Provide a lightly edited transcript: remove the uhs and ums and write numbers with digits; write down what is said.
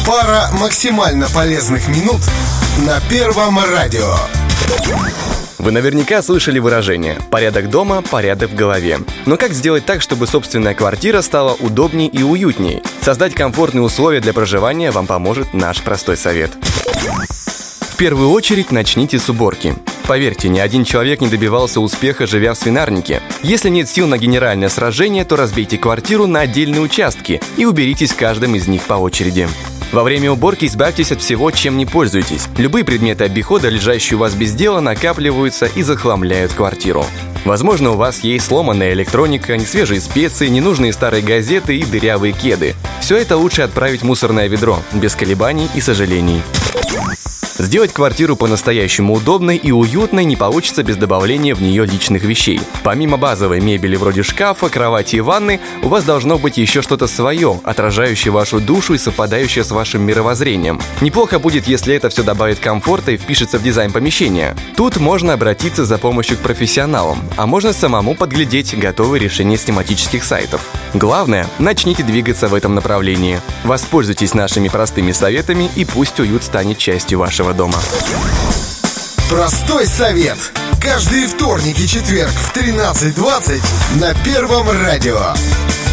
Пара максимально полезных минут на Первом радио. Вы наверняка слышали выражение «порядок дома, порядок в голове». Но как сделать так, чтобы собственная квартира стала удобнее и уютнее? Создать комфортные условия для проживания вам поможет наш простой совет. В первую очередь начните с уборки. Поверьте, ни один человек не добивался успеха, живя в свинарнике. Если нет сил на генеральное сражение, то разбейте квартиру на отдельные участки и уберитесь в каждом из них по очереди. Во время уборки избавьтесь от всего, чем не пользуетесь. Любые предметы обихода, лежащие у вас без дела, накапливаются и захламляют квартиру. Возможно, у вас есть сломанная электроника, несвежие специи, ненужные старые газеты и дырявые кеды. Все это лучше отправить в мусорное ведро, без колебаний и сожалений. Сделать квартиру по-настоящему удобной и уютной не получится без добавления в нее личных вещей. Помимо базовой мебели вроде шкафа, кровати и ванны, у вас должно быть еще что-то свое, отражающее вашу душу и совпадающее с вашим мировоззрением. Неплохо будет, если это все добавит комфорта и впишется в дизайн помещения. Тут можно обратиться за помощью к профессионалам, а можно самому подглядеть готовые решения с тематических сайтов. Главное, начните двигаться в этом направлении. Воспользуйтесь нашими простыми советами, и пусть уют станет частью вашего дома. Простой совет. Каждый вторник и четверг в 13:20 на Первом радио.